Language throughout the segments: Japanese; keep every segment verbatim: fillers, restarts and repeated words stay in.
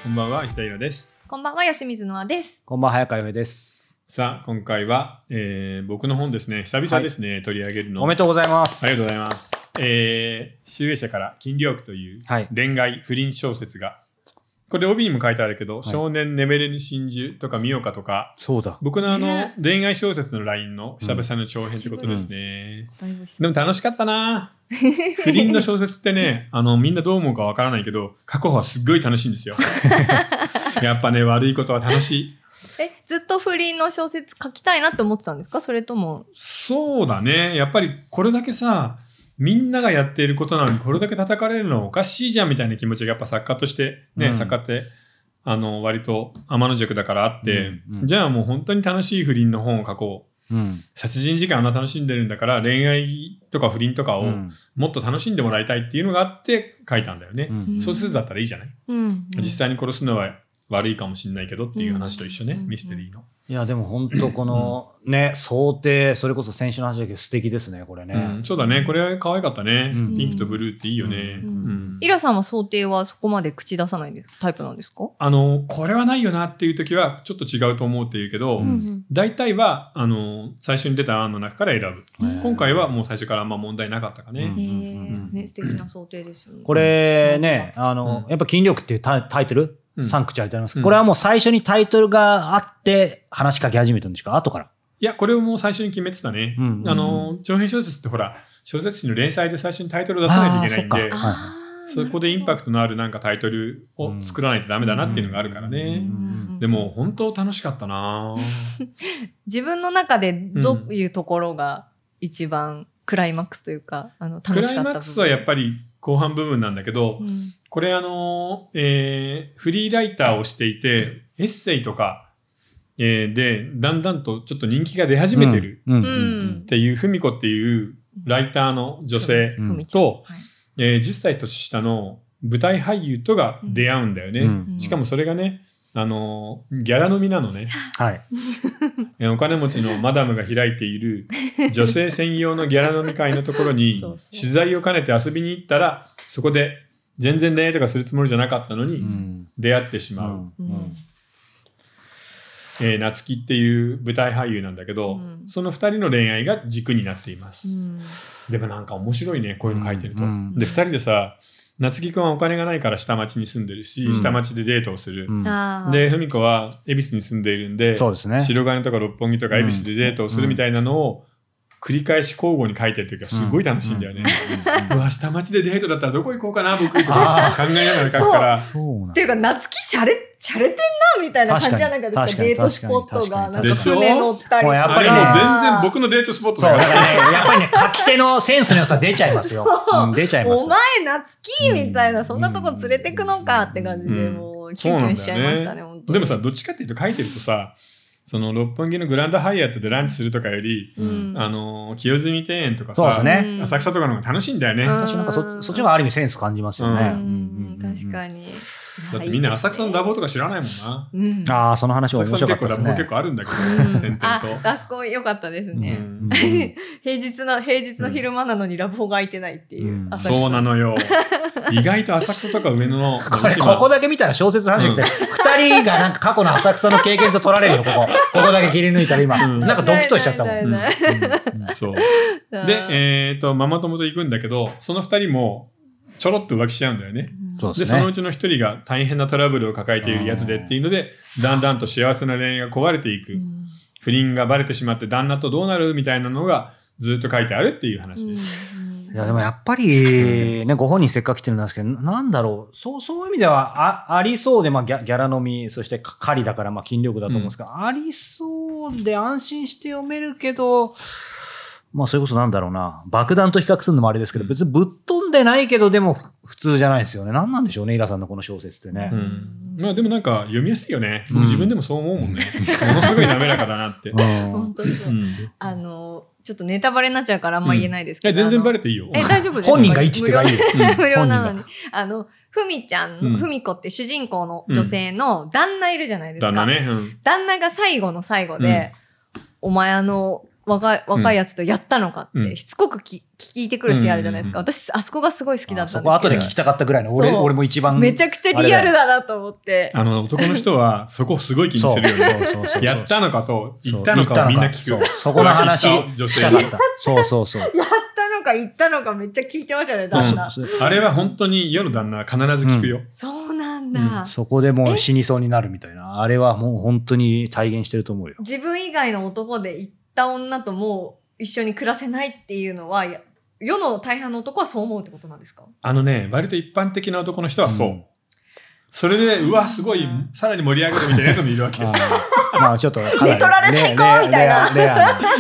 こんばんは石田裕です。 こんばんは吉水のあです。 こんばんは早川洋平です。 さあ今回は、えー、僕の本ですね。久々ですね、はい、取り上げるの。 おめでとうございます。 ありがとうございます。えー、集英社から金良区という恋愛不倫小説が、これ帯にも書いてあるけど、はい、少年眠れぬ真珠とかミオカとか、 そうだ僕のあの、ね、恋愛小説のラインの久々の長編ってことですね、うん、でも楽しかったな不倫の小説ってね、あのみんなどう思うかわからないけど書く方はすっごい楽しいんですよやっぱね、悪いことは楽しい。 え、ずっと不倫の小説書きたいなって思ってたんですか？それとも。 そうだね、やっぱりこれだけさ、みんながやっていることなのにこれだけ叩かれるのはおかしいじゃんみたいな気持ちがやっぱ作家としてね、うん、作家ってあの割と天の弱だからあって、うんうん、じゃあもう本当に楽しい不倫の本を書こう、うん、殺人事件あんな楽しんでるんだから恋愛とか不倫とかをもっと楽しんでもらいたいっていうのがあって書いたんだよね、うん、そうするだったらいいじゃない、うんうん、実際に殺すのは悪いかもしれないけどっていう話と一緒ね、うん、ミステリーの。 いやでも本当このね、想定、それこそ先週の話だけど素敵ですねこれね、 うん、そうだね、これは可愛かったね、うん、ピンクとブルーっていいよね、うんうんうん、イラさんは想定はそこまで口出さないですタイプなんですか？ あのこれはないよなっていう時はちょっと違うと思うっていうけど、うん、大体はあの最初に出た案の中から選ぶ。今回はもう最初からあんま問題なかったかね、うんうんうんね、素敵な想定ですよね。 これね、あの、うん、やっぱ金力っていうタイトルさん口あります、うん、これはもう最初にタイトルがあって話し書き始めたんですか？後から？ いや、これをもう最初に決めてたね、うんうん、あの長編小説ってほら小説誌の連載で最初にタイトルを出さないといけないんで、 そ, そこでインパクトのあるなんかタイトルを作らないとダメだなっていうのがあるからね、うんうん、でも本当楽しかったな自分の中でどういうところが一番クライマックスというか、あの楽しかった部分？クライマックスはやっぱり後半部分なんだけど、うん、これあの、えー、フリーライターをしていてエッセイとか、えー、でだんだんとちょっと人気が出始めてるっていうふみこっていうライターの女性と、うんえー、じゅっさい年下の舞台俳優とが出会うんだよね、うん、しかもそれがね、あのギャラ飲みなのね、はい、お金持ちのマダムが開いている女性専用のギャラ飲み会のところにそうそう取材を兼ねて遊びに行ったら、そこで全然恋愛とかするつもりじゃなかったのに出会ってしまう、うんうんえー、夏希っていう舞台俳優なんだけど、うん、そのふたりの恋愛が軸になっています、うん、でもなんか面白いねこういうの書いてると、うん、でふたりでさ、夏希くんはお金がないから下町に住んでるし、うん、下町でデートをする、うん、で文子は恵比寿に住んでいるんで、そうですね、白金とか六本木とか恵比寿でデートをするみたいなのを繰り返し交互に書いてるというかすごい楽しいんだよね、うんうん、うわ下町でデートだったらどこ行こうかな僕とか考えながら書くから。 そうっていうか夏希しゃれしゃれてんなみたいな感じじゃないですか。デートスポットがなんか船乗ったりとか、 やっぱりもう全然僕のデートスポットだから、ね、やっぱりね書き手のセンスの良さ出ちゃいますよ、うん、出ちゃいます。 お前夏希みたいな、そんなとこ連れてくのかって感じで、もうキュンキュンしちゃいましたね、本当に。 でもさ、どっちかっていうと書いてるとさ、その六本木のグランドハイアットでランチするとかより、うん、あの清澄庭園とかさ、そうですね、浅草とかの方が楽しいんだよね。 私なんか そ, そっちの方がある意味センス感じますよね、うんうんうん、確かに。 だってみんな浅草のラボとか知らないもんな、 うん、ああその話は面白かったですね。 浅草結構ラボ結構あるんだけど、うん、点々とあ, あそこ良かったですね、うん、平日の平日の昼間なのにラボが空いてないっていう、うん、 そうなのよ意外と浅草とか上野のこれここだけ見たら小説の話じゃなくて、うん、ふたりがなんか過去の浅草の経験と取られるよここここだけ切り抜いたら今、うん、なんかドキッとしちゃったもん。うんうん、 そうで、えーとママ友と行くんだけど、そのふたりもちょろっと浮気しちゃうんだよね、うん、で、ね、そのうちの一人が大変なトラブルを抱えているやつでっていうので、だんだんと幸せな恋愛が壊れていく、うん、不倫がバレてしまって旦那とどうなるみたいなのがずっと書いてあるっていう話です、 うん、いやでもやっぱりね、ご本人せっかく来てるんですけど、なんだろう、そうそういう意味では あ, ありそうで、まあ、ギャ, ギャラ飲み、そして狩りだからまあ筋力だと思うんですが、うん、ありそうで安心して読めるけど、まあそれこそなんだろうな、爆弾と比較するのもあれですけど、別にぶっ飛んでないけどでも普通じゃないですよね。何なんでしょうね、イラさんのこの小説ってね、うん、 まあでもなんか読みやすいよね、僕自分でもそう思うもんね、うん、ものすごい滑らかだなって、うん、 本当にそう、うん、あのちょっとネタバレになっちゃうからあんま言えないですけど、 うん、全然バレていいよ。 え大丈夫ですか？ 本人が生きてがいいよ、 無料なのに、あのふみちゃんの、ふみこって主人公の女性の旦那いるじゃないですか、 旦那ね、うん、 旦那が最後の最後で、うん、お前あの若い若いやつとやったのかって、 うんしつこくき聞いてくるシーンあるじゃないですか、 うんうん私あそこがすごい好きだったんですけど、 そこ後で聞きたかったぐらいの俺そう俺も一番めちゃくちゃリアルだなと思ってあの男の人はそこすごい気にするよね。 そうそうそうそうやったのかと言ったのかをみんな聞く。 そうそこの話女性したかった。そうそうそう。 やったのか言ったのかめっちゃ聞いてましたね旦那、 そうあれは本当に世の旦那は必ず聞くよ。 そうなんだ、 そこでもう死にそうになるみたいな。あれはもう本当に体現してると思うよ。 自分以外の男で行った女ともう一緒に暮らせないっていうのは、や世の大半の男はそう思うってことなんですか？ あのね、割と一般的な男の人はそう。 うんそれで、うわ、すごい、さらに盛り上げるみたいなやつもいるわけ。 あーまあちょっとかなり寝取られ最高みたいなレアレアレアな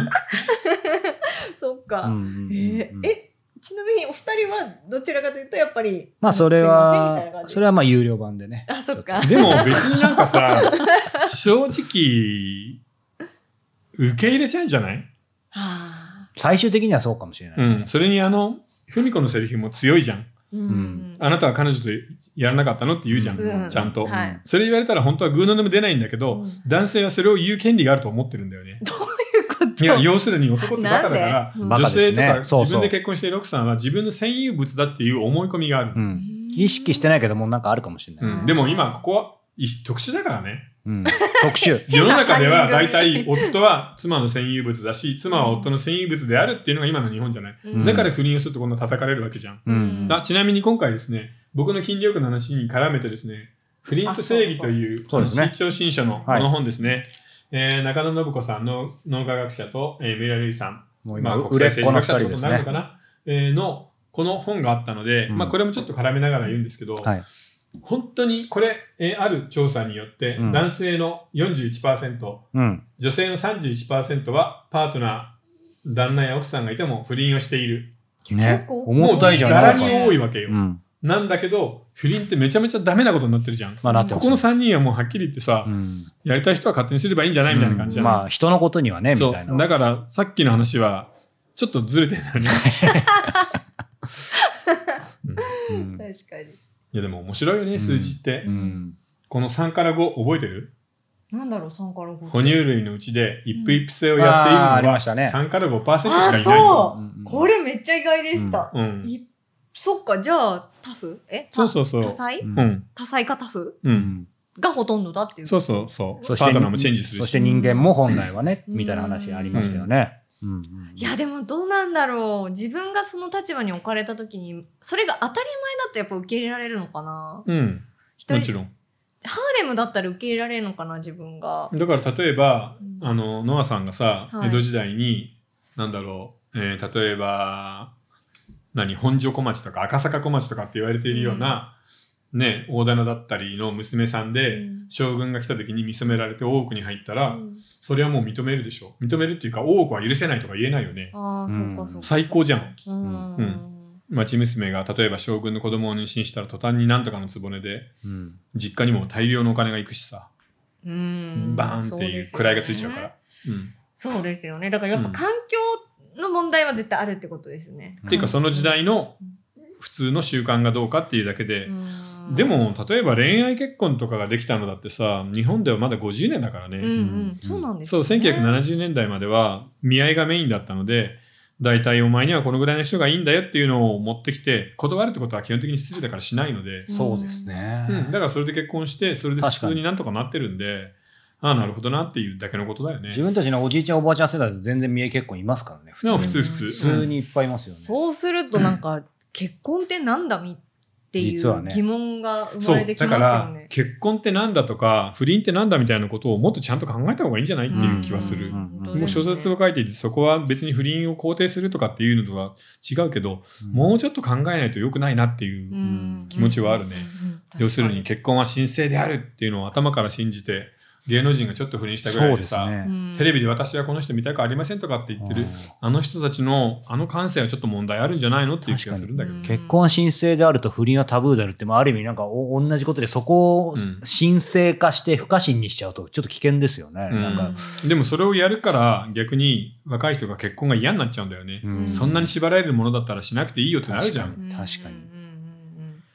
そっか、 うんうんうんうんえーえちなみにお二人はどちらかというとやっぱりまあそれすいませんみたいなは感じそれはまあ有料版でね。 あそっかでも別になんかさ、正直、受け入れちゃうんじゃない？ はあ最終的にはそうかもしれない。 うん。それにあの、ふみこのセリフも強いじゃん。 うんあなたは彼女とやらなかったのって言うじゃん。 うんちゃんと。 はいそれ言われたら本当はグーの音も出ないんだけど、 うん男性はそれを言う権利があると思ってるんだよね。 どういうこといや、要するに男ってバカだから、 なんでうん女性とかバカですねそうそう自分で結婚している奥さんは自分の占有物だっていう思い込みがある。 うん意識してないけどもうなんかあるかもしれない。 うんでも今ここはい特殊だからね。 うん特殊。 世の中では大変な三人体夫は妻の占有物だし、妻は夫の占有物であるっていうのが今の日本じゃない。 うんだから不倫をするとこんな叩かれるわけじゃん。 うんあちなみに今回ですね、僕の筋力の話に絡めてですね、不倫と正義というそうそうそうですね新潮新書のこはいの本ですね。えー中野信子さんの脳科学者と、えー、三浦瑠麗さん、 もうまあ、 今売国際れっ子の政治学者ってことになるの二人ですね。 かな、えーのこの本があったので、 うんまあ、これもちょっと絡めながら言うんですけど、 はい。 本当にこれ、えーある調査によって、 うん男性の よんじゅういちパーセント、 うん。 女性の さんじゅういちパーセント はパートナー、旦那や奥さんがいても不倫をしている。 ね結構。 思った以上にざらになんか多いわけよ。 うん。 なんだけど、不倫ってめちゃめちゃダメなことになってるじゃん。 まあなってますここのさんにんはもうはっきり言ってさ、 うんやりたい人は勝手にすればいいんじゃないみたいな感じじゃん。 まあ人のことにはねみそたいな。 う。だからさっきの話は、ちょっとずれてるんだよね。うんうん確かにいやでも面白いよね、数字って。 うんこのさんからご覚えてる？ なんだろうさんからご哺乳類のうちで一夫一夫制をやっているあーありのはましたねさんからごパーセントしかあいない。 そう、 うんこれめっちゃ意外でした、 うん。 いそっかじゃあタフえそうそうそう多彩、 うんうん。 多彩かタフう。 うんんがほとんどだっていうそうそうそう。 そしてパートナーもチェンジするし。 そして人間も本来はね、 うんみたいな話ありましたよね。うんうんいやでもどうなんだろう自分がその立場に置かれた時にそれが当たり前だとやっぱ受け入れられるのかなうん。 一人もちろん。 ハーレムだったら受け入れられるのかな自分がだから例えば、 うんあの、ノアさんがさ、 はい江戸時代に、なんだろう、えー例えば、何、本所小町とか赤坂小町とかって言われているような、ね、大棚だったりの娘さんで、 うん将軍が来た時に見初められて大奥に入ったら、 うんそれはもう認めるでしょ。認めるっていうか、大奥は許せないとか言えないよね。 ああ、そうかそうか。 最高じゃん。 うん。 う町娘が例えば将軍の子供を妊娠したら途端になんとかの局でうん実家にも大量のお金が行くしさ、 うん。 バーンっていう位がついちゃうから。うんそうですよね。だからやっぱうん環境の問題は絶対あるってことですね。 っていうかその時代の普通の習慣がどうかっていうだけで、 うんでも例えば恋愛結婚とかができたのだってさ、日本ではまだごじゅうねんだからね。 うんうん。そうなんですそう、 よね。 せんきゅうひゃくななじゅうねんだいまでは見合いがメインだったので、大体お前にはこのぐらいの人がいいんだよっていうのを持ってきて、断るってことは基本的に失礼だからしないので、 そうですね。 うん、だからそれで結婚して、それで普通になんとかなってるんで、ああ、なるほどなっていうだけのことだよね。 自分たちのおじいちゃんおばあちゃん世代で全然見合い結婚いますからね。普でも通に普通普通。 普通にいっぱいいますよね。 そうするとなんか、結婚ってなんだみってい実はねう疑問が生そうまれてきだからますよね。 結婚ってなんだとか不倫ってなんだみたいなことをもっとちゃんと考えた方がいいんじゃないっていう気はする。 うんうんもう小説を書いていてそこは別に不倫を肯定するとかっていうのとは違うけど、 うんもうちょっと考えないと良くないなっていう、 うん気持ちはあるねうんうんうん要するに結婚は神聖であるっていうのを頭から信じて芸能人がちょっと不倫したぐらいでさそうですねうんテレビで私はこの人見たくありませんとかって言ってるあの人たちのあの感性はちょっと問題あるんじゃないのっていう気がするんだけど、 確かに結婚は神聖であると不倫はタブーであるって、まあ、ある意味なんかお同じことでそこをうん神聖化して不可侵にしちゃうとちょっと危険ですよね。 うんなんかでもそれをやるから逆に若い人が結婚が嫌になっちゃうんだよね、 うんそんなに縛られるものだったらしなくていいよってなるじゃん。 確かにうんうんうんうん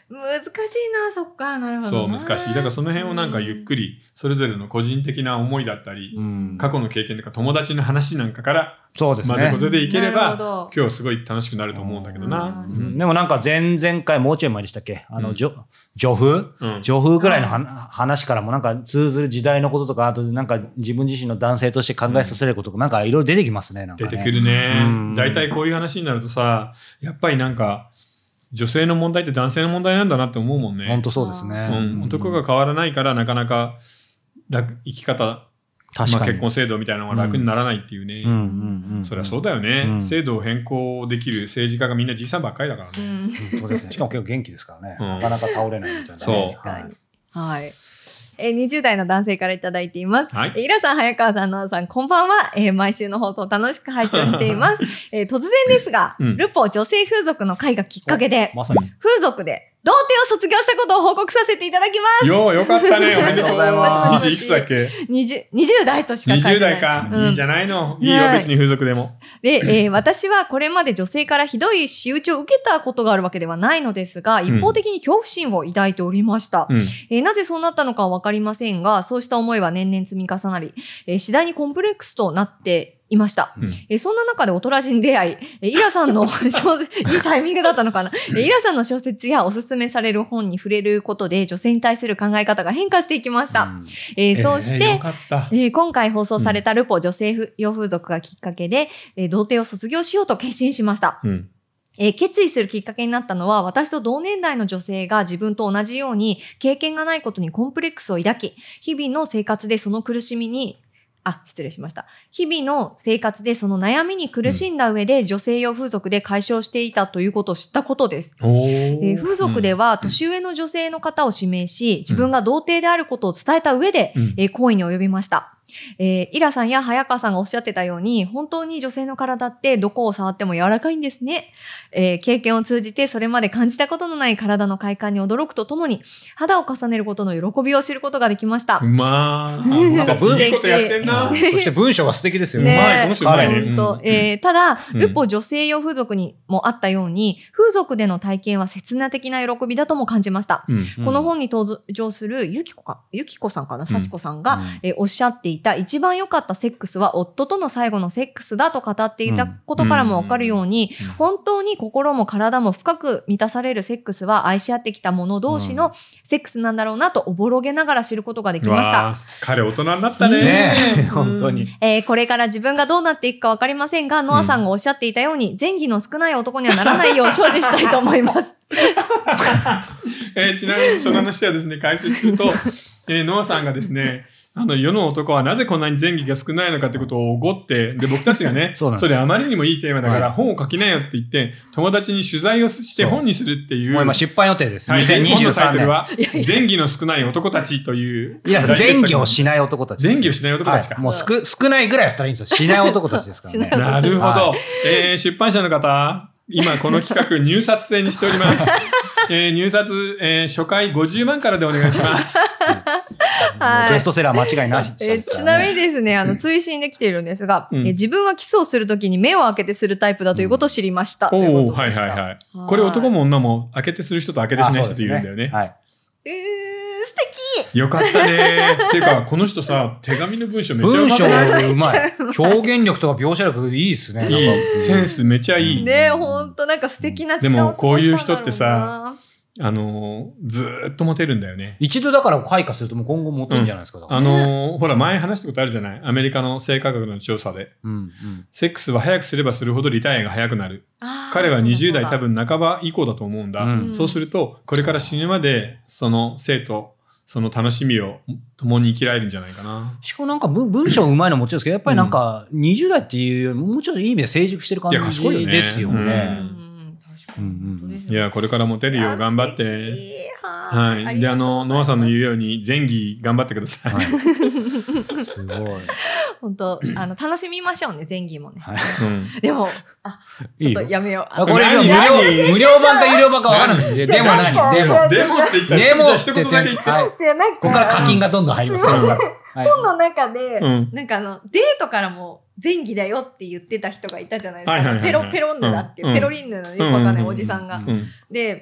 難しいな、そっか、なるほど。 そう、難しい。だからその辺をなんかゆっくり、それぞれの個人的な思いだったり、うん、過去の経験とか友達の話なんかから、 そうですね。 混ぜこぜでいければ、今日すごい楽しくなると思うんだけどな。 うん、でもなんか前々回、もうちょい前でしたっけあの、序風序風ぐらいの話からもなんか通ずる時代のこととか、あとなんか自分自身の男性として考えさせることとか、なんかいろいろ出てきますね。なんかね出てくるね。大体こういう話になるとさ、やっぱりなんか、女性の問題って男性の問題なんだなって思うもんね。 本当そうですね。 うん、男が変わらないからなかなか楽生き方、まあ、結婚制度みたいなのが楽にならないっていうね。うんうんうん、そりゃそうだよね、うん。制度を変更できる政治家がみんなじいさんばっかりだからね。 うん、そうですね。しかも結構元気ですからね。うん、なかなか倒れないみたいな。 そう。 はい。はいえー、にじゅう代の男性からいただいています。 はい、 イラさん、早川さん、ノアさん、こんばんは。えー、毎週の放送楽しく拝聴しています。えー、突然ですが、うん、ルポ女性風俗の会がきっかけで、 まさに風俗で童貞を卒業したことを報告させていただきます。 よー、よかったね。おめでとうございます。にじゅういくつだっけ 20, にじゅう代としか書いてない。 にじゅう代か。うん、いいじゃないの。いいよ、はい、別に風俗でも。 で、えー、私はこれまで女性からひどい仕打ちを受けたことがあるわけではないのですが、一方的に恐怖心を抱いておりました。うんえー、なぜそうなったのかはわかりませんが、そうした思いは年々積み重なり、えー、次第にコンプレックスとなっていました、うんえー、そんな中でオトラジに出会い、えー、イラさんの小説いいタイミングだったのかな、えー、イラさんの小説やおすすめされる本に触れることで女性に対する考え方が変化していきました、うんえー、そうして、 えーえー、今回放送されたルポ女性用風俗がきっかけで、えー、童貞を卒業しようと決心しました、うんえー、決意するきっかけになったのは、私と同年代の女性が自分と同じように経験がないことにコンプレックスを抱き、日々の生活でその苦しみにあ、失礼しました。日々の生活でその悩みに苦しんだ上で、うん、女性用風俗で解消していたということを知ったことです。えー、風俗では年上の女性の方を指名し、自分が童貞であることを伝えた上で、うんえー、行為に及びました。えー、イラさんや早川さんがおっしゃってたように、本当に女性の体ってどこを触っても柔らかいんですね。えー、経験を通じてそれまで感じたことのない体の快感に驚くとともに、肌を重ねることの喜びを知ることができました。 まあ、なんか文いいことやってんな。 そして文章が素敵ですよね。 ねうまい、この人うまいね。 本当、えー、ただ、ルポ女性用風俗にもあったように、風俗での体験は刹那的な喜びだとも感じました。うん、この本に登場するゆきこか、ゆきこさんかな、さちこさんが、うんえー、おっしゃっていた一番良かったセックスは夫との最後のセックスだと語っていたことからもわかるように、うんうん、本当に心も体も深く満たされるセックスは愛し合ってきた者同士のセックスなんだろうなとおぼろげながら知ることができました。 彼大人になったね。 ね本当に、 えー。これから自分がどうなっていくかわかりませんが、ノアさんがおっしゃっていたように、前戯の少ない男にはならないよう精進したいと思います。 えー、ちなみにその話はですね、解説すると、えー、ノアさんがですね、あの世の男はなぜこんなに前戯が少ないのかってことをおごって、で、僕たちがね、そ, それあまりにもいいテーマだから本を書きなよって言って、友達に取材をして本にするっていう。 もう今出版予定です。 はい、 にせんにじゅうさんねん。 本のタイトルは、前戯の少ない男たちという。 いや、前戯をしない男たち。 前戯をしない男たちか。 はい、もう少、少ないぐらいやったらいいんですよ。しない男たちですからね。 なるほど。はい、えー、出版社の方、今この企画入札制にしております。えー、入札、えー、初回ごじゅうまんからでお願いします。 はい、 ベストセラー間違いなし、ねえー、ちなみにですね、あの、追伸できているんですが、うん、えー、自分はキスをするときに目を開けてするタイプだということを知りました。うん、ということでした。 はいはいはい。これ男も女も開けてする人と開けてしない人っているんだよね。 はい。 えー、素敵よかったねっていうか、この人さ、手紙の文章めっちゃうまい。 文章うまい。表現力とか描写力いいっすね。 いい。センスめっちゃいい。 ね、ほんとなんか素敵な時間を過ごしたんだろうな。でもこういう人ってさ、あのー、ずーっとモテるんだよね。 一度だから開花するともう今後モテるんじゃないですか。 うん、あのー、ほら前話したことあるじゃない。アメリカの性科学の調査で、うんうん、セックスは早くすればするほどリタイアが早くなる。彼はにじゅう代多分半ば以降だと思うんだ。うん、そうするとこれから死ぬまでその性とその楽しみを共に生きられるんじゃないかな。 しかもなんか文章うまいのももちろんですけど、やっぱりなんかにじゅう代っていうよりももうちょっといい意味で成熟してる感じですよね。 うんうん、いやこれからモテるよ頑張って、はい、であのノアさんの言うように前戯頑張ってください、はい、 すごい本当あの楽しみましょうね前戯もね、はいうん、でもあちょっとやめようあこれ無料無料版か有料版か分からないですよでも何でもでもって言ったらでもって言って、はい、 こここから課金がどんどん入りますから、 はい、本の中で、うん、なんかあのデートからも前戯だよって言ってた人がいたじゃないですか。ペロペロンヌだっけ、うん、ペロリンヌのよくわかんないおじさんが。うん、で、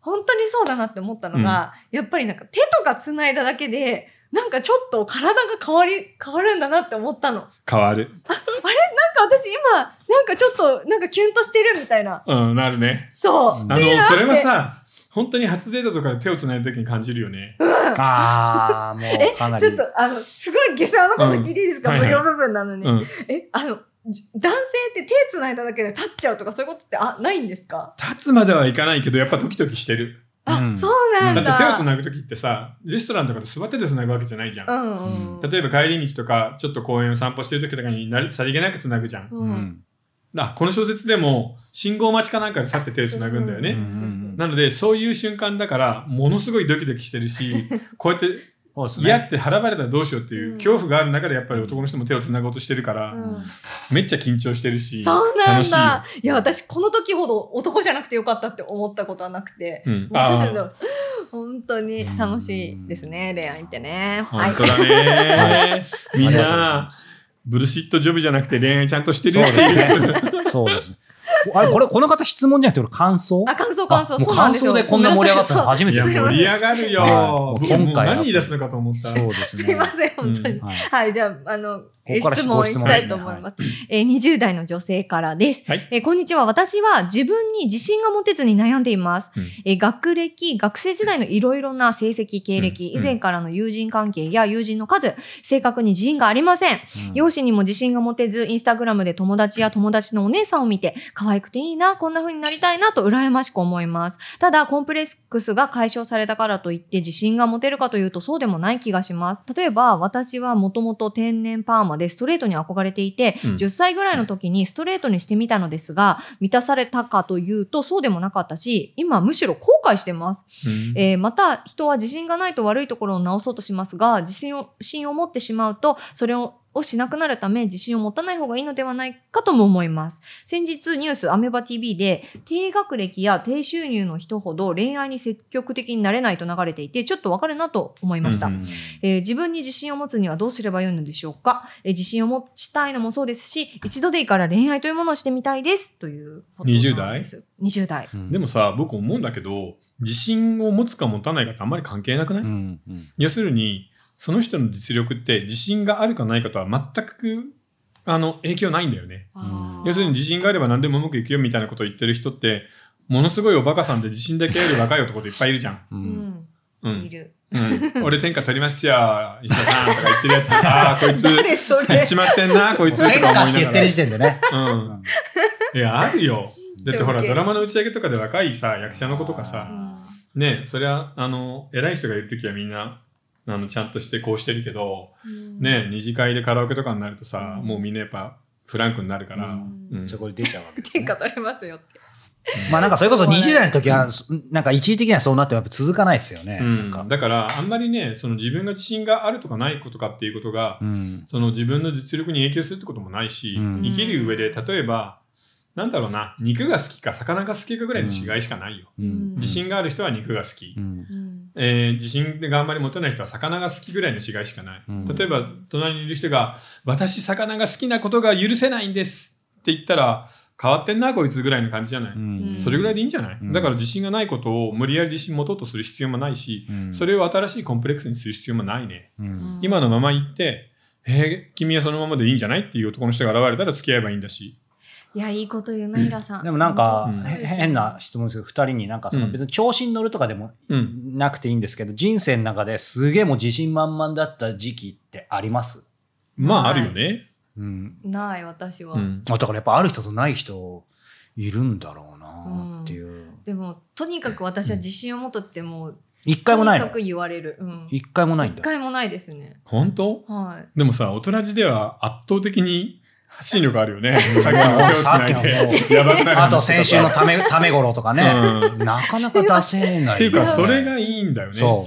本当にそうだなって思ったのが、うん、やっぱりなんか手とか繋いだだけで、なんかちょっと体が変わり、変わるんだなって思ったの。 変わる。 あ、あれなんか私今、なんかちょっと、なんかキュンとしてるみたいな。 うん、なるね。 そう。 あの、それはさ、本当に初デートとかで手をつないだ時に感じるよね。 うん、 ああ、もうかなり。 え、ちょっと、あの、すごい下世話なこと聞いていいですか、うん、無料部分なのに。 はいはい、 え、あの、男性って手つないだだけで立っちゃうとかそういうことってあないんですか？ 立つまではいかないけど、やっぱドキドキしてる。 あ、うん、そうなんだ。 だって手をつなぐときってさ、レストランとかで座っててつなぐわけじゃないじゃん。うんうん、例えば帰り道とか、ちょっと公園を散歩してるときとかになりさりげなくつなぐじゃん。うん、だこの小説でも信号待ちかなんかで去って手をつなぐんだよね。なのでそういう瞬間だからものすごいドキドキしてるし、こうやって嫌って腹ばれたらどうしようっていう恐怖がある中でやっぱり男の人も手をつなごうとしてるから、うん、めっちゃ緊張してるし、 そうなんだ。いや私この時ほど男じゃなくてよかったって思ったことはなくて、うん、私の本当に楽しいですね、恋愛ってね。 本当だね、はい、みんなブルシットジョブじゃなくて恋愛ちゃんとしてるっていう。 そうですね。あれこれこの方質問じゃなくて感想？ あ、感想感想。 もう感想でこんな盛り上がったの初めてです。 いや盛り上がるよ。 今回もう何言い出すのかと思った。 そうですね。 すいません本当に。うん、はい、はい、じゃああの。 ここから質問いきたいと思います。はい、えー、にじゅう代の女性からです、はい。えー、こんにちは。私は自分に自信が持てずに悩んでいます。うん、えー、学歴、学生時代のいろいろな成績、経歴、うん、以前からの友人関係や友人の数、正確に自信がありません。うん、容姿にも自信が持てず、インスタグラムで友達や友達のお姉さんを見て、可愛くていいな、こんな風になりたいなと羨ましく思います。ただ、コンプレックスが解消されたからといって自信が持てるかというとそうでもない気がします。例えば、私はもともと天然パーマでストレートに憧れていて、うん、じゅっさいぐらいの時にストレートにしてみたのですが、満たされたかというとそうでもなかったし、今むしろ後悔してます。うん、えー、また人は自信がないと悪いところを直そうとしますが、自信を、自信を持ってしまうとそれををしなくなるため自信を持たない方がいいのではないかとも思います。先日ニュースアメバ ティーブイ で低学歴や低収入の人ほど恋愛に積極的になれないと流れていてちょっとわかるなと思いました、うんうんえー、自分に自信を持つにはどうすればよいのでしょうか、えー、自信を持ちたいのもそうですし一度でいいから恋愛というものをしてみたいですということなんです。にじゅう代？にじゅう代、 うん、でもさ僕思うんだけど自信を持つか持たないかってあんまり関係なくない？うんうん、要するにその人の実力って自信があるかないかとは全くあの影響ないんだよね。要するに自信があれば何でもうまくいくよみたいなことを言ってる人ってものすごいおバカさんで自信だけある若い男っていっぱいいるじゃん。うんうん、いる、うん、俺天下取りますよ石田さんとか言ってるやつああこいつ言っちまってんなこいつとか思いながら天下って言ってる時点でね、 うん、いやあるよ。だってほらドラマの打ち上げとかで若いさ役者の子とかさねそりゃあの偉い人がいるときはみんなあのちゃんとしてこうしてるけど、うん、ね二次会でカラオケとかになるとさ、うん、もうみんなやっぱフランクになるから、うんうん、そこで出ちゃうわけですね。天下取れますよって。 まあなんかそれこそにじゅう代の時はなんか一時的にはそうなってもやっぱ続かないですよね。 うん、なんかだからあんまりねその自分が自信があるとかないことかっていうことが、うん、その自分の実力に影響するってこともないし、うん、生きる上で例えばなんだろうな肉が好きか魚が好きかぐらいの違いしかないよ、うん、自信がある人は肉が好き、うんえー、自信があんまり持てない人は魚が好きぐらいの違いしかない、うん、例えば隣にいる人が私魚が好きなことが許せないんですって言ったら変わってんなこいつぐらいの感じじゃない、うん、それぐらいでいいんじゃない、うん、だから自信がないことを無理やり自信持とうとする必要もないし、うん、それを新しいコンプレックスにする必要もないね、うん、今のまま言ってえー、君はそのままでいいんじゃないっていう男の人が現れたら付き合えばいいんだし。 いやいいこと言うな平さん、 うん、でもなんか、うん、変な質問ですけどふたりになんかその別に調子に乗るとかでもなくていいんですけど、うん、人生の中ですげえもう自信満々だった時期ってあります？ まああるよね、 うん、ない私は、 うん、だからやっぱある人とない人いるんだろうなっていう、うん、 でもとにかく私は自信を持とってもう一回もないの？ とにかく言われる、うん、 一回もないんだ。 一回もないですね。 本当？ はい。 でもさ大人時では圧倒的に発信力あるよね。さっきの手をつないでやばくなる。 あと先週のためためごろとかね、うん、なかなか出せない。 っていうかそれがいいんだよね。そう。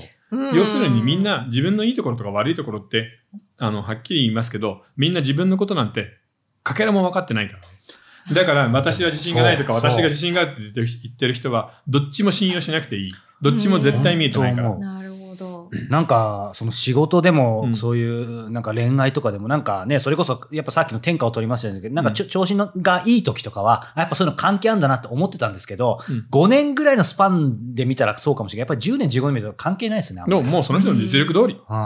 要するにみんな自分のいいところとか悪いところってあのはっきり言いますけどみんな自分のことなんてかけらも分かってないから。だから私は自信がないとか私が自信があるって言ってる人はどっちも信用しなくていい。どっちも絶対見えてないから。 なるほど。 なんかその仕事でもそういうなんか恋愛とかでもなんかね、それこそやっぱさっきの天下を取りましたけど、なんかちょ、うん、調子のがいい時とかはやっぱそういうの関係あるんだなって思ってたんですけど、うん、ごねんぐらいのスパンで見たらそうかもしれない。やっぱりじゅうねんじゅうごねん見ると関係ないですね。 でももうその人の実力通り、 うん、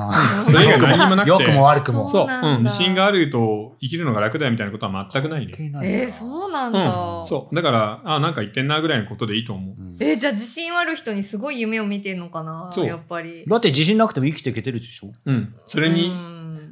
それ以外何もなくて、良くも悪くも、 そう、うん、自信があると生きるのが楽だよみたいなことは全くないね。 えー、そうなんだ、 うん、そうだからあなんか言ってんなぐらいのことでいいと思う、うん、 えー、じゃあ自信ある人にすごい夢を見てるのかな。やっぱりだって自信なくても生きていけてるでしょ。 うん、それに、うん、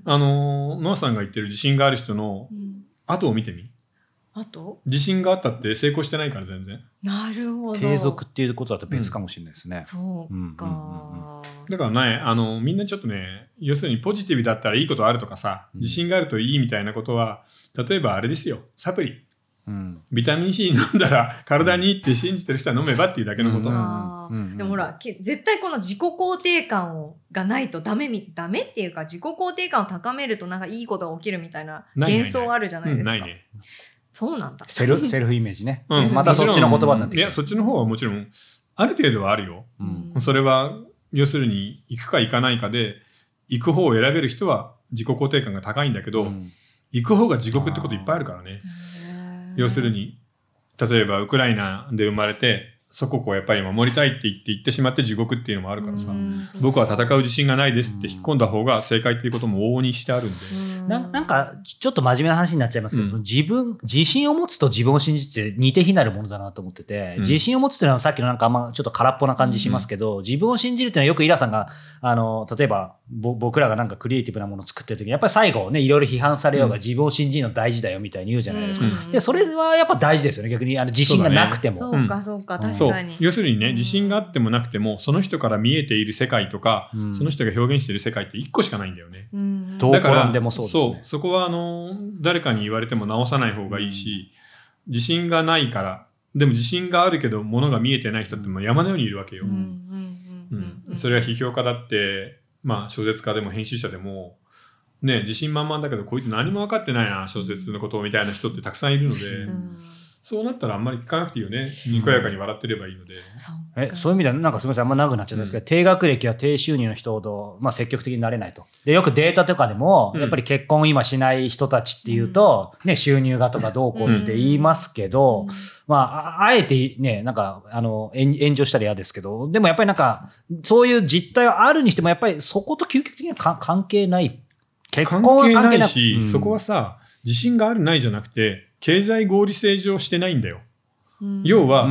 あのノアさんが言ってる自信がある人の後を見てみ、 あと自信があったって成功してないから全然。 なるほど。 継続っていうことだと別かもしれないですね、うん、 そうか、うんうんうんうん、だからねあのみんなちょっとね要するにポジティブだったらいいことあるとかさ、自信があるといいみたいなことは例えばあれですよ、サプリ、うん、ビタミン C 飲んだら体にいいって信じてる人は飲めばっていうだけのこと、うんうんうん、でもほら絶対この自己肯定感をがないとダメみダメっていうか、自己肯定感を高めるとなんかいいことが起きるみたいな幻想あるじゃないですか。 ないね。 そうなんだ。 セル、セルフイメージね、 うん、 またそっちの言葉になってきて、 いやそっちの方はもちろんある程度はあるよ、うん、それは要するに行くか行かないかで行く方を選べる人は自己肯定感が高いんだけど、うん、行く方が地獄ってこといっぱいあるからね。要するに例えばウクライナで生まれて祖国をやっぱり守りたいって言って言ってしまって地獄っていうのもあるからさ、僕は戦う自信がないですって引っ込んだ方が正解っていうことも往々にしてあるんで、 な, なんかちょっと真面目な話になっちゃいますけど、うん、その自分自信を持つと自分を信じて似て非なるものだなと思ってて、うん、自信を持つっていうのはさっきのなんかあんまちょっと空っぽな感じしますけど、うん、自分を信じるっていうのはよくイラさんがあの例えば僕らがなんかクリエイティブなものを作ってる時にやっぱり最後ねいろいろ批判されようが、うん、自分を信じるの大事だよみたいに言うじゃないですか、うん、でそれはやっぱ大事ですよね。逆にあの自信がなくてもそう、ね、そうかそうか、確かに。 要するにね、自信があってもなくてもその人から見えている世界とか、うん、その人が表現している世界っていっこしかないんだよね、うん、だからでもそうですね、 そうそこはあの誰かに言われても直さない方がいいし、うん、自信がないからでも自信があるけど物が見えてない人っても山のようにいるわけよ、うんうん、それは批評家だってまあ小説家でも編集者でもね、自信満々だけどこいつ何も分かってないな小説のことみたいな人ってたくさんいるので、うん、そうなったらあんまり聞かなくていいよね。にこやかに笑ってればいいので、 うん、えそういう意味ではなんかすみませんあんま長くなっちゃったんですけど、うん、低学歴や低収入の人ほど、まあ、積極的になれないと。でよくデータとかでも、うん、やっぱり結婚を今しない人たちっていうと、うんね、収入がとかどうこうって言いますけど、うんまあ、あえてねなんかあの炎上したら嫌ですけど、でもやっぱりなんかそういう実態はあるにしてもやっぱりそこと究極的にはか関係ない結婚は関係ないし、うん、そこはさ自信があるないじゃなくて経済合理性上してないんだよ、うん、要は、うん、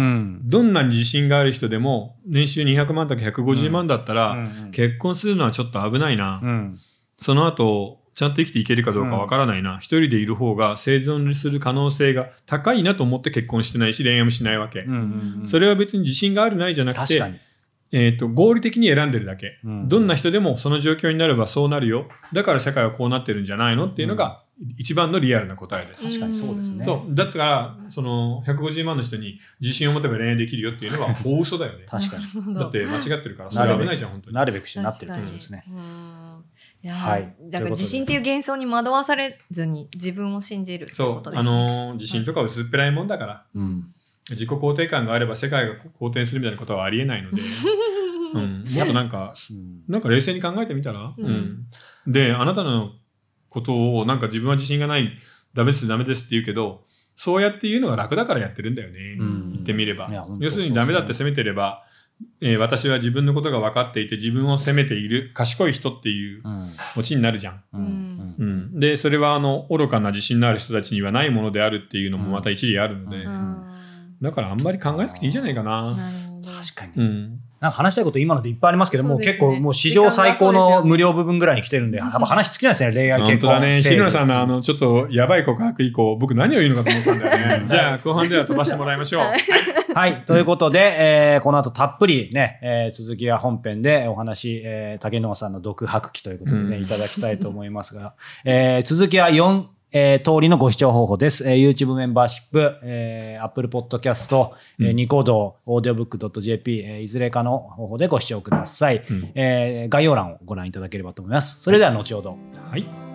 どんなに自信がある人でも年収にひゃくまんとかひゃくごじゅうまんだったら、うんうん、結婚するのはちょっと危ないな、うん、その後ちゃんと生きていけるかどうかわからないな、うん、一人でいる方が生存する可能性が高いなと思って結婚してないし恋愛もしないわけ、うんうんうん、それは別に自信があるないじゃなくて確かにえーと、合理的に選んでるだけ、うん、どんな人でもその状況になればそうなるよ、だから社会はこうなってるんじゃないのっていうのが一番のリアルな答えです。 確かにそうですね。 そうだからそのひゃくごじゅうまんの人に自信を持てば恋愛できるよっていうのは大嘘だよね確かにだって間違ってるからそれ危ないじゃん本当に。 なるべくしてなってるってことですね。 いやはい、だから自信っていう幻想に惑わされずに自分を信じるってことですね。 そう、あのー、自信とか薄っぺらいもんだから、うん、自己肯定感があれば世界が好転するみたいなことはありえないのでうん、もっとなんか、うん、なんか冷静に考えてみたら、うんうん、であなたのことをなんか自分は自信がないダメですダメですって言うけどそうやって言うのが楽だからやってるんだよね、うん、言ってみれば要するにダメだって責めてれば、えー、私は自分のことが分かっていて自分を責めている賢い人っていうオチになるじゃん、うんうん、でそれはあの愚かな自信のある人たちにはないものであるっていうのもまた一理あるので、うん、だからあんまり考えなくていいんじゃないかな。 確かに、うんなんか話したいこと今のでいっぱいありますけども、ね、結構もう史上最高の無料部分ぐらいに来てるんで、やっぱ話尽きないですね、恋愛結婚。 本当だね。日村さんのあの、ちょっとやばい告白以降、僕何を言うのかと思ったんだよね。じゃあ、後半では飛ばしてもらいましょう。はい。 はい。ということで、えー、この後たっぷりね、えー、続きは本編でお話、えー、竹野さんの独白記ということでね、うん、いただきたいと思いますが、えー、続きはよん、えー、通りのご視聴方法です。えー、YouTube メンバーシップ、えー、Apple Podcast、うんえー、ニコ動、オーディオブック ドット ジェーピー、えー、いずれかの方法でご視聴ください、うんえー。概要欄をご覧いただければと思います。それでは後ほど。 はい。